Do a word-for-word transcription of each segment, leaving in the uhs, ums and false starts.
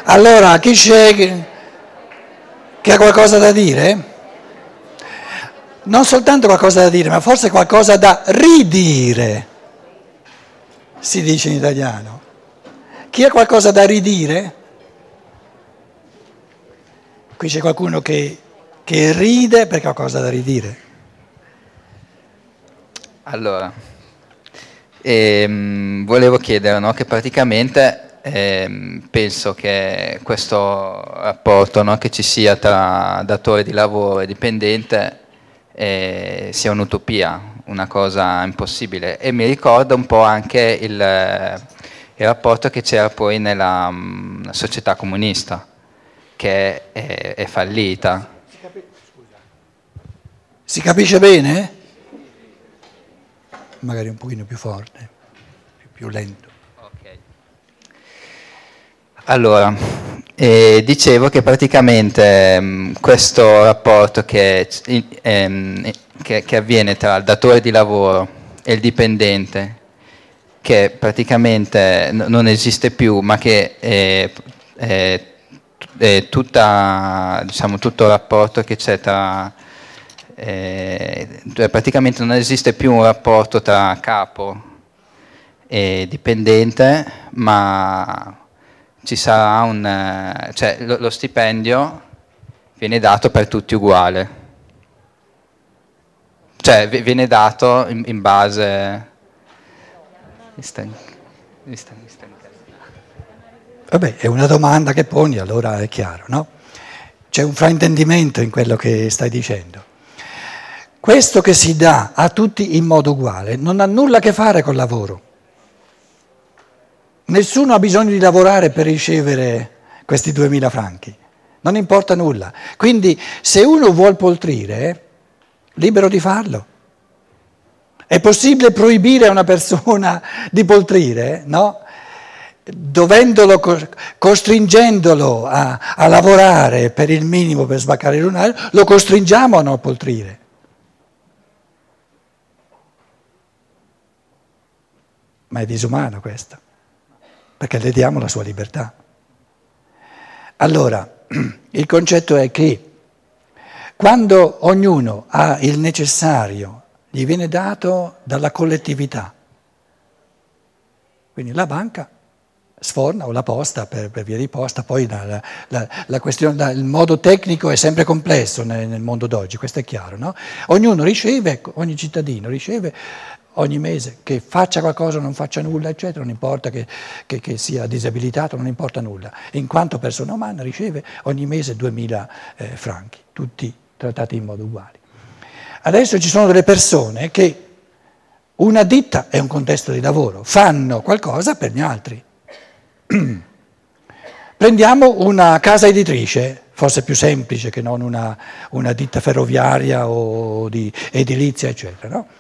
Allora, chi c'è che, che ha qualcosa da dire? Non soltanto qualcosa da dire, ma forse qualcosa da ridire, si dice in italiano. Chi ha qualcosa da ridire? Qui c'è qualcuno che, che ride perché ha qualcosa da ridire. Allora, ehm, volevo chiedere, no, che praticamente ehm, penso che questo rapporto, no, che ci sia tra datore di lavoro e dipendente eh, sia un'utopia, una cosa impossibile, e mi ricorda un po' anche il, il rapporto che c'era poi nella um, società comunista, che è, è fallita. Si capisce bene? Magari un pochino più forte, più, più lento. Okay. Allora, eh, dicevo che praticamente mh, questo rapporto che, ehm, che, che avviene tra il datore di lavoro e il dipendente, che praticamente n- non esiste più, ma che è, è, è tutta, diciamo, tutto il rapporto che c'è tra... Eh, praticamente non esiste più un rapporto tra capo e dipendente, ma ci sarà un, cioè lo, lo stipendio viene dato per tutti uguale, cioè viene dato in, in base. Mi sta, mi sta, mi sta Vabbè, è una domanda che poni, allora è chiaro, no? C'è un fraintendimento in quello che stai dicendo. Questo che si dà a tutti in modo uguale non ha nulla a che fare col lavoro. Nessuno ha bisogno di lavorare per ricevere questi duemila franchi, non importa nulla. Quindi se uno vuol poltrire, libero di farlo. È possibile proibire a una persona di poltrire, no? Dovendolo, costringendolo a, a lavorare per il minimo per sbaccare il lunario, lo costringiamo a non poltrire. Ma è disumano questo, perché le diamo la sua libertà. Allora, il concetto è che quando ognuno ha il necessario, gli viene dato dalla collettività. Quindi la banca sforna o la posta per, per via di posta, poi la, la, la questione, la, il modo tecnico è sempre complesso nel, nel mondo d'oggi, questo è chiaro, no? Ognuno riceve, ogni cittadino riceve ogni mese, che faccia qualcosa o non faccia nulla, eccetera, non importa che, che, che sia disabilitato, non importa nulla. In quanto persona umana riceve ogni mese duemila eh, franchi, tutti trattati in modo uguale. Adesso ci sono delle persone che una ditta è un contesto di lavoro, fanno qualcosa per gli altri. Prendiamo una casa editrice, forse più semplice che non una, una ditta ferroviaria o di edilizia, eccetera, no?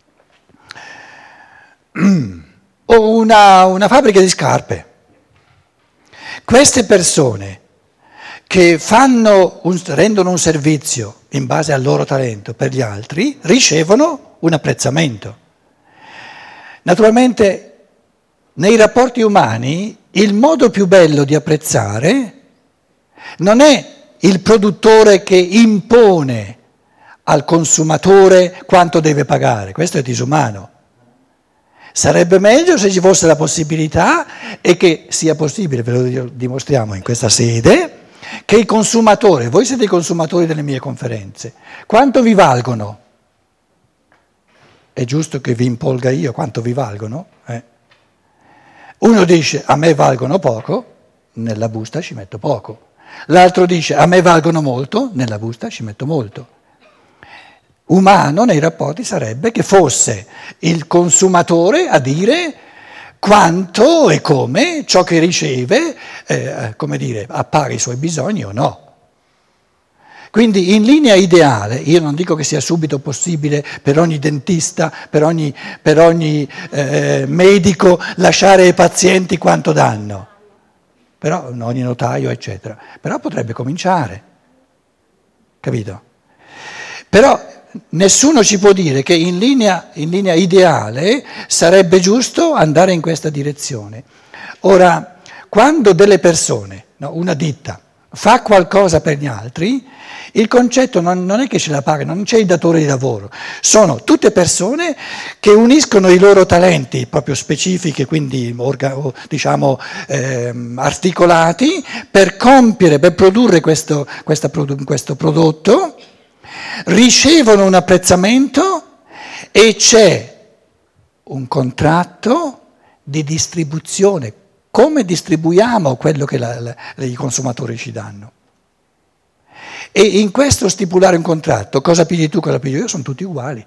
O una, una fabbrica di scarpe. Queste persone che fanno un, rendono un servizio in base al loro talento per gli altri ricevono un apprezzamento. Naturalmente nei rapporti umani il modo più bello di apprezzare non è il produttore che impone al consumatore quanto deve pagare, questo è disumano. Sarebbe meglio se ci fosse la possibilità, e che sia possibile, ve lo dimostriamo in questa sede, che i consumatori, voi siete i consumatori delle mie conferenze, quanto vi valgono? È giusto che vi impolga io quanto vi valgono? Eh? Uno dice a me valgono poco, nella busta ci metto poco. L'altro dice a me valgono molto, nella busta ci metto molto. Umano nei rapporti sarebbe che fosse il consumatore a dire quanto e come ciò che riceve, eh, come dire, appaga i suoi bisogni o no. Quindi in linea ideale, io non dico che sia subito possibile per ogni dentista, per ogni, per ogni eh, medico lasciare ai pazienti quanto danno, però ogni notaio eccetera, però potrebbe cominciare, capito? Però nessuno ci può dire che in linea, in linea ideale sarebbe giusto andare in questa direzione. Ora, quando delle persone no, una ditta fa qualcosa per gli altri, il concetto non, non è che ce la pagano, non c'è il datore di lavoro, sono tutte persone che uniscono i loro talenti proprio specifici, quindi orga, diciamo ehm, articolati, per compiere, per produrre questo, questa, questo prodotto, ricevono un apprezzamento e c'è un contratto di distribuzione. Come distribuiamo quello che la, la, i consumatori ci danno? E in questo stipulare un contratto, cosa pigli tu, cosa piglio io, sono tutti uguali.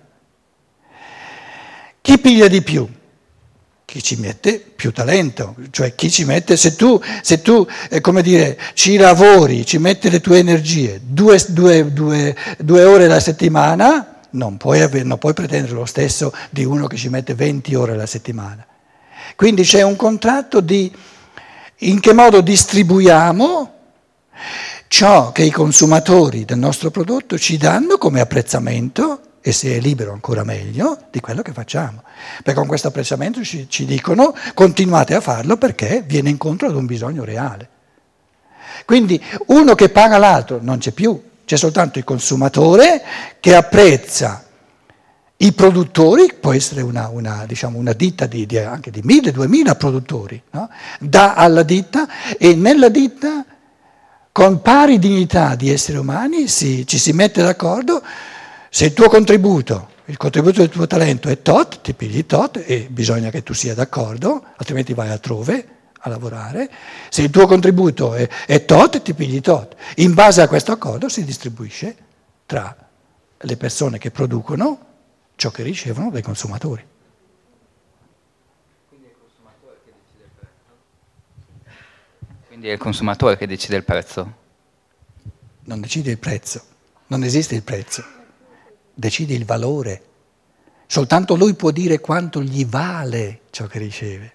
Chi piglia di più? Chi ci mette più talento, cioè chi ci mette, se tu, se tu eh, come dire, ci lavori, ci metti le tue energie, due, due, due, due ore alla settimana, non puoi, avere, non puoi pretendere lo stesso di uno che ci mette venti ore alla settimana. Quindi c'è un contratto di in che modo distribuiamo ciò che i consumatori del nostro prodotto ci danno come apprezzamento, e se è libero ancora meglio, di quello che facciamo. Perché con questo apprezzamento ci, ci dicono continuate a farlo perché viene incontro ad un bisogno reale. Quindi uno che paga l'altro non c'è più, c'è soltanto il consumatore che apprezza i produttori, può essere una, una, diciamo, una ditta di, di, anche di mille, duemila produttori, no? Dà alla ditta e nella ditta con pari dignità di esseri umani si, ci si mette d'accordo, se il tuo contributo, il contributo del tuo talento è tot, ti pigli tot e bisogna che tu sia d'accordo, altrimenti vai altrove a lavorare, se il tuo contributo è, è tot, ti pigli tot. In base a questo accordo si distribuisce tra le persone che producono ciò che ricevono dai consumatori. Quindi è il consumatore che decide il prezzo? Quindi è il consumatore che decide il prezzo? Non decide il prezzo, non esiste il prezzo, decide il valore. Soltanto lui può dire quanto gli vale ciò che riceve.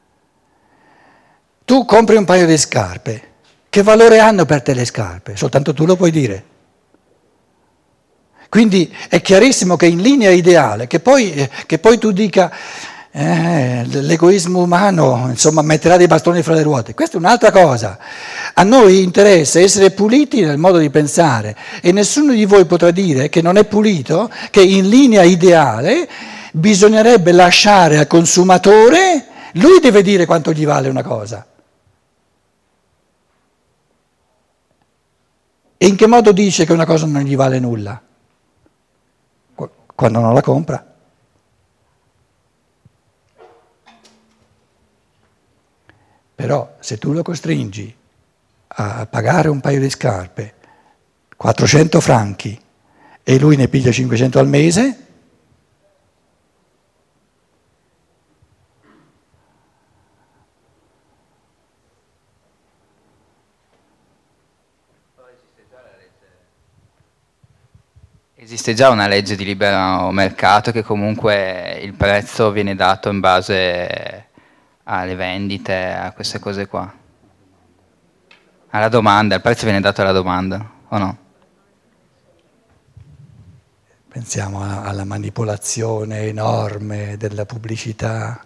Tu compri un paio di scarpe, che valore hanno per te le scarpe? Soltanto tu lo puoi dire. Quindi è chiarissimo che in linea ideale, che poi, eh, che poi tu dica eh, l'egoismo umano insomma metterà dei bastoni fra le ruote, questa è un'altra cosa. A noi interessa essere puliti nel modo di pensare e nessuno di voi potrà dire che non è pulito, che in linea ideale bisognerebbe lasciare al consumatore, lui deve dire quanto gli vale una cosa. E in che modo dice che una cosa non gli vale nulla? Quando non la compra. Però se tu lo costringi a pagare un paio di scarpe, quattrocento franchi, e lui ne piglia cinquecento al mese, Esiste già una legge di libero mercato che comunque il prezzo viene dato in base alle vendite, a queste cose qua. Alla domanda, il prezzo viene dato alla domanda, o no? Pensiamo a, alla manipolazione enorme della pubblicità.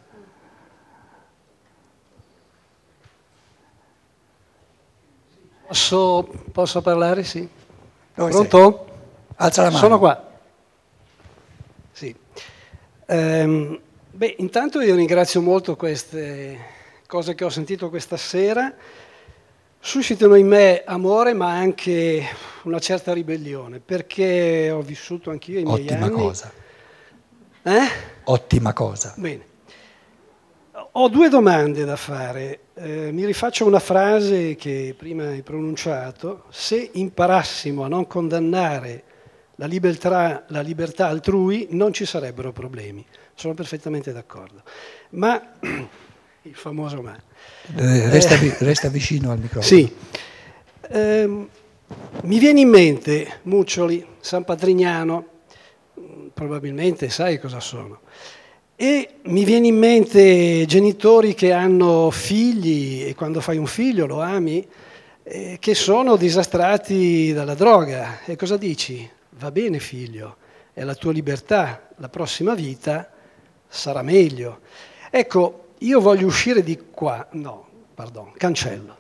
Posso, posso parlare? Sì. Dove Pronto? sei? Alza la mano. Sono qua. Sì. Ehm, beh, intanto io ringrazio molto queste cose che ho sentito questa sera. Suscitano in me amore, ma anche una certa ribellione, perché ho vissuto anch'io i miei Ottima anni. cosa. Eh? Ottima cosa. Bene. Ho due domande da fare. Eh, mi rifaccio una frase che prima hai pronunciato. Se imparassimo a non condannare la libertà, la libertà altrui, non ci sarebbero problemi. Sono perfettamente d'accordo. Ma, il famoso ma... Eh, resta, eh, resta vicino al microfono. Sì. Eh, mi viene in mente Muccioli, San Patrignano, probabilmente sai cosa sono. E mi viene in mente genitori che hanno figli e quando fai un figlio lo ami, eh, che sono disastrati dalla droga. E cosa dici? Va bene figlio, è la tua libertà, la prossima vita sarà meglio. Ecco, io voglio uscire di qua, no, pardon, cancello.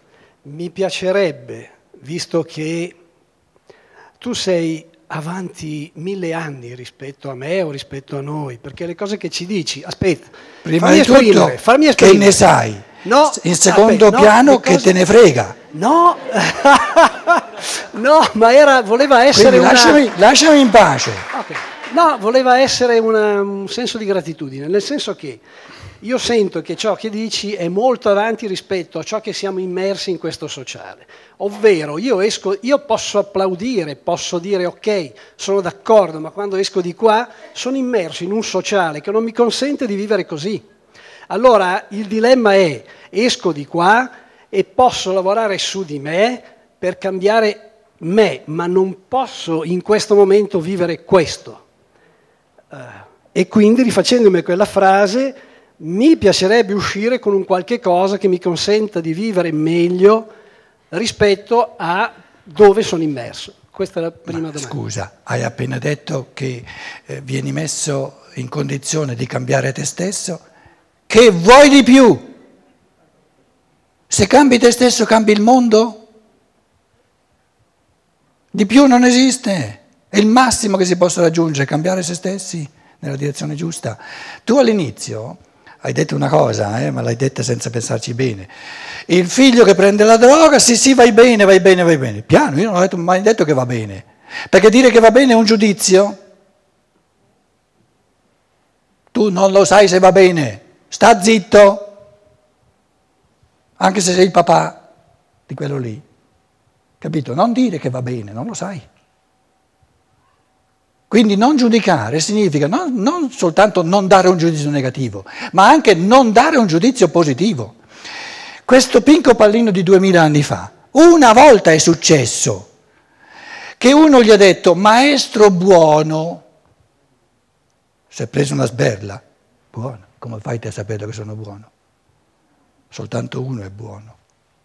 mi piacerebbe, visto che tu sei avanti mille anni rispetto a me o rispetto a noi, perché le cose che ci dici, aspetta, prima fammi di tutto esprimere, fammi che esprimere. ne sai, No, in secondo aspetta, no, piano le che cose- te ne frega. No, no, ma era, voleva essere Quindi una... lasciami, lasciami in pace. Ok. No, voleva essere una- un senso di gratitudine, nel senso che io sento che ciò che dici è molto avanti rispetto a ciò che siamo immersi in questo sociale. Ovvero, io esco, io posso applaudire, posso dire ok, sono d'accordo, ma quando esco di qua sono immerso in un sociale che non mi consente di vivere così. Allora il dilemma è, esco di qua e posso lavorare su di me per cambiare me, ma non posso in questo momento vivere questo. Uh, e quindi, rifacendomi quella frase, mi piacerebbe uscire con un qualche cosa che mi consenta di vivere meglio rispetto a dove sono immerso. Questa è la prima Ma, domanda. scusa, hai appena detto che eh, vieni messo in condizione di cambiare te stesso. Che vuoi di più? Se cambi te stesso, cambi il mondo? Di più non esiste. È il massimo che si possa raggiungere, cambiare se stessi nella direzione giusta. Tu all'inizio hai detto una cosa, eh, ma l'hai detta senza pensarci bene. Il figlio che prende la droga, sì sì, vai bene, vai bene, vai bene. Piano, io non ho detto, mai detto che va bene. Perché dire che va bene è un giudizio. Tu non lo sai se va bene. Sta zitto, anche se sei il papà di quello lì, capito? Non dire che va bene, non lo sai. Quindi non giudicare significa non, non soltanto non dare un giudizio negativo, ma anche non dare un giudizio positivo. Questo Pinco Pallino di duemila anni fa, una volta è successo che uno gli ha detto maestro buono, si è preso una sberla, buono. Come fai te a sapere che sono buono? Soltanto uno è buono,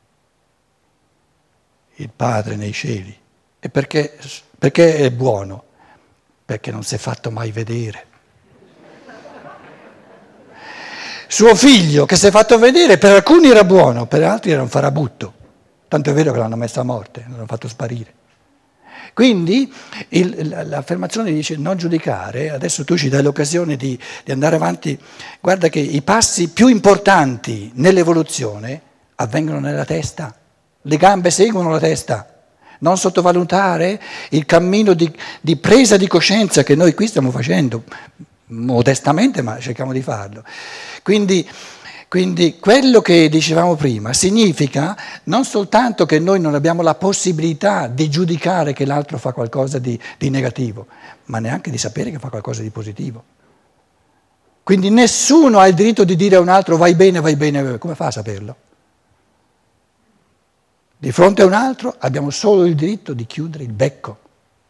il Padre nei cieli. E perché, perché è buono? Perché non si è fatto mai vedere. Suo figlio che si è fatto vedere per alcuni era buono, per altri era un farabutto. Tanto è vero che l'hanno messo a morte, l'hanno fatto sparire. Quindi il, l'affermazione dice non giudicare, adesso tu ci dai l'occasione di, di andare avanti, guarda che i passi più importanti nell'evoluzione avvengono nella testa, le gambe seguono la testa, non sottovalutare il cammino di, di presa di coscienza che noi qui stiamo facendo, modestamente ma cerchiamo di farlo. Quindi Quindi quello che dicevamo prima significa non soltanto che noi non abbiamo la possibilità di giudicare che l'altro fa qualcosa di, di negativo, ma neanche di sapere che fa qualcosa di positivo. Quindi nessuno ha il diritto di dire a un altro vai bene, vai bene, come fa a saperlo? Di fronte a un altro abbiamo solo il diritto di chiudere il becco.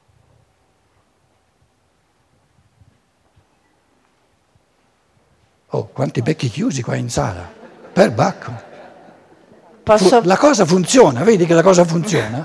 Oh, quanti becchi chiusi qua in sala, per bacco. Posso, La cosa funziona, vedi che la cosa funziona?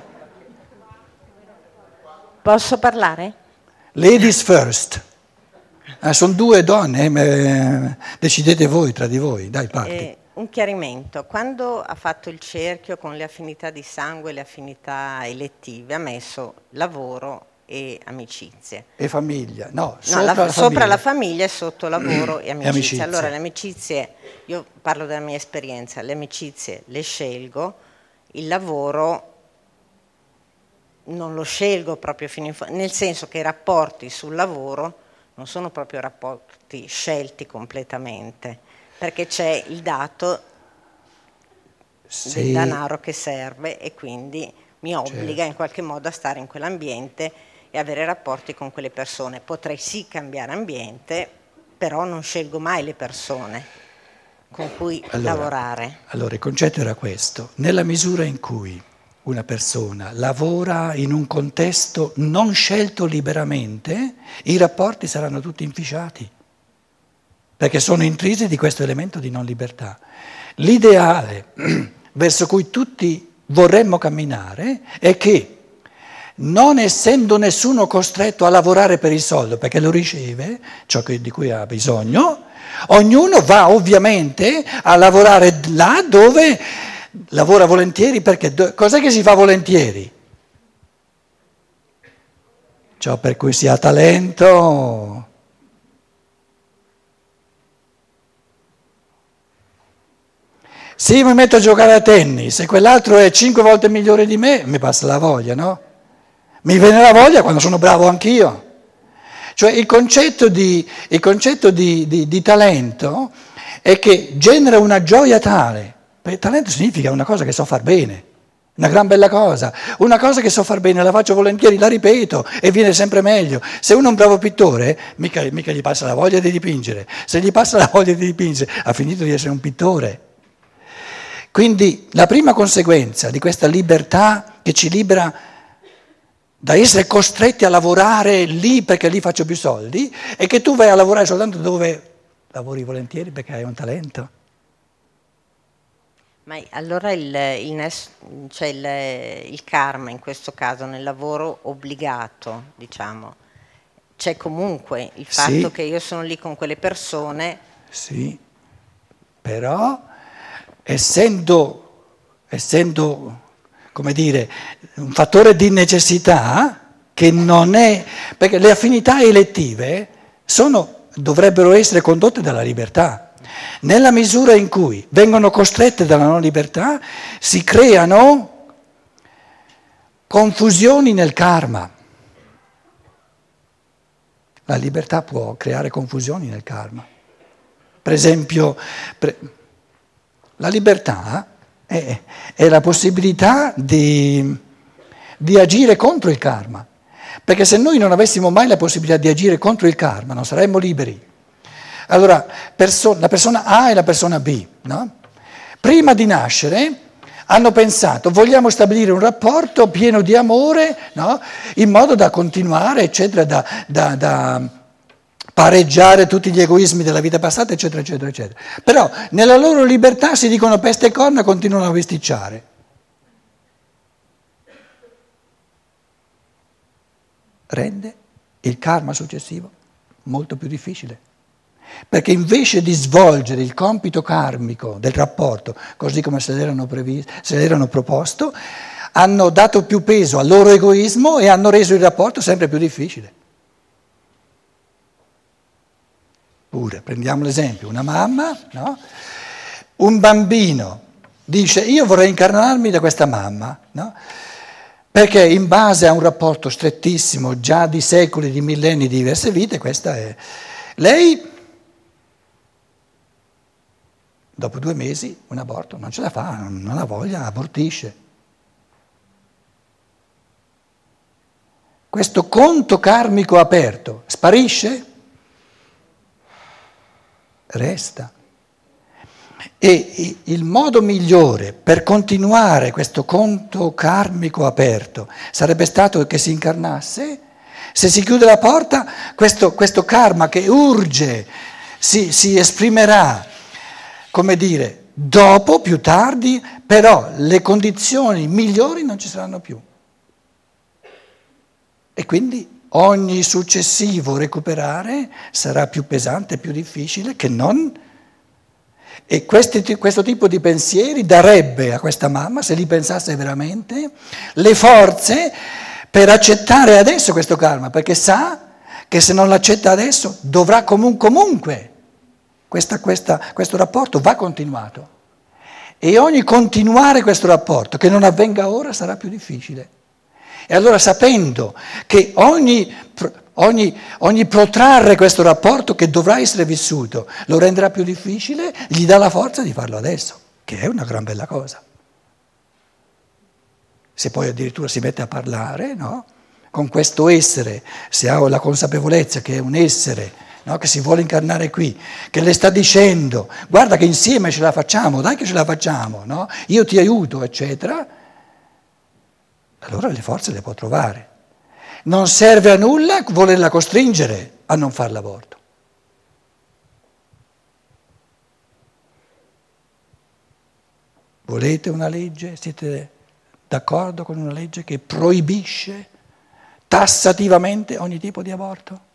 posso parlare? Ladies first. Eh, sono due donne, eh, decidete voi tra di voi, dai parti. Eh, un chiarimento. Quando ha fatto il cerchio con le affinità di sangue e le affinità elettive, ha messo lavoro e amicizie. E famiglia, no, No, sopra, la, la, sopra famiglia. la famiglia e sotto lavoro e amicizie. amicizie. Allora le amicizie, io parlo della mia esperienza, le amicizie le scelgo, il lavoro non lo scelgo proprio fino in fondo, nel senso che i rapporti sul lavoro non sono proprio rapporti scelti completamente, perché c'è il dato Sì. del denaro che serve e quindi mi obbliga Certo. in qualche modo a stare in quell'ambiente e avere rapporti con quelle persone. Potrei sì cambiare ambiente, però non scelgo mai le persone con cui Allora, lavorare. Allora, il concetto era questo. Nella misura in cui una persona lavora in un contesto non scelto liberamente, i rapporti saranno tutti inficiati, perché sono intrisi di questo elemento di non libertà. L'ideale verso cui tutti vorremmo camminare è che, non essendo nessuno costretto a lavorare per il soldo, perché lo riceve, ciò che, di cui ha bisogno, ognuno va ovviamente a lavorare là dove lavora volentieri perché do- cos'è che si fa volentieri? Ciò per cui si ha talento. Se io mi metto a giocare a tennis e quell'altro è cinque volte migliore di me, mi passa la voglia, no? Mi viene la voglia quando sono bravo anch'io. Cioè il concetto di, il concetto di, di, di talento è che genera una gioia tale. Perché talento significa una cosa che so far bene, una gran bella cosa, una cosa che so far bene, la faccio volentieri, la ripeto e viene sempre meglio. Se uno è un bravo pittore, mica, mica gli passa la voglia di dipingere. Se gli passa la voglia di dipingere, ha finito di essere un pittore. Quindi la prima conseguenza di questa libertà che ci libera da essere costretti a lavorare lì perché lì faccio più soldi è che tu vai a lavorare soltanto dove lavori volentieri perché hai un talento. Ma allora il, il, cioè il, il karma in questo caso nel lavoro obbligato, diciamo, c'è comunque il fatto Sì. che io sono lì con quelle persone. Sì, però essendo, essendo, come dire, un fattore di necessità che non è, perché le affinità elettive sono, dovrebbero essere condotte dalla libertà. Nella misura in cui vengono costrette dalla non libertà, si creano confusioni nel karma. La libertà può creare confusioni nel karma. Per esempio, pre- la libertà è, è la possibilità di, di agire contro il karma. Perché se noi non avessimo mai la possibilità di agire contro il karma, non saremmo liberi. Allora, perso- la persona A e la persona B, no? Prima di nascere hanno pensato, vogliamo stabilire un rapporto pieno di amore, no? In modo da continuare, eccetera, da, da, da pareggiare tutti gli egoismi della vita passata, eccetera, eccetera, eccetera. Però nella loro libertà si dicono peste e corna e continuano a bisticciare. Rende il karma successivo molto più difficile. Perché invece di svolgere il compito karmico del rapporto, così come se l'erano, previsto, se l'erano proposto, hanno dato più peso al loro egoismo e hanno reso il rapporto sempre più difficile. Pure, prendiamo l'esempio, una mamma, no? Un bambino dice io vorrei incarnarmi da questa mamma, no? Perché in base a un rapporto strettissimo già di secoli, di millenni, di diverse vite, questa è... Lei... Dopo due mesi un aborto non ce la fa, non ha voglia, abortisce. Questo conto karmico aperto sparisce? Resta. E il modo migliore per continuare questo conto karmico aperto sarebbe stato che si incarnasse. Se si chiude la porta, questo, questo karma che urge si, si esprimerà, come dire, dopo, più tardi, però le condizioni migliori non ci saranno più. E quindi ogni successivo recuperare sarà più pesante, più difficile che non. E questi, questo tipo di pensieri darebbe a questa mamma, se li pensasse veramente, le forze per accettare adesso questo karma, perché sa che se non l'accetta adesso dovrà comunque, comunque Questa, questa, questo rapporto va continuato e ogni continuare questo rapporto che non avvenga ora sarà più difficile. E allora sapendo che ogni, ogni, ogni protrarre questo rapporto che dovrà essere vissuto lo renderà più difficile, gli dà la forza di farlo adesso, che è una gran bella cosa. Se poi addirittura si mette a parlare, no? Con questo essere, se ha la consapevolezza che è un essere, no, che si vuole incarnare qui, che le sta dicendo guarda che insieme ce la facciamo, dai che ce la facciamo, no? Io ti aiuto, eccetera, allora le forze le può trovare. Non serve a nulla volerla costringere a non fare l'aborto. Volete una legge? Siete d'accordo con una legge che proibisce tassativamente ogni tipo di aborto?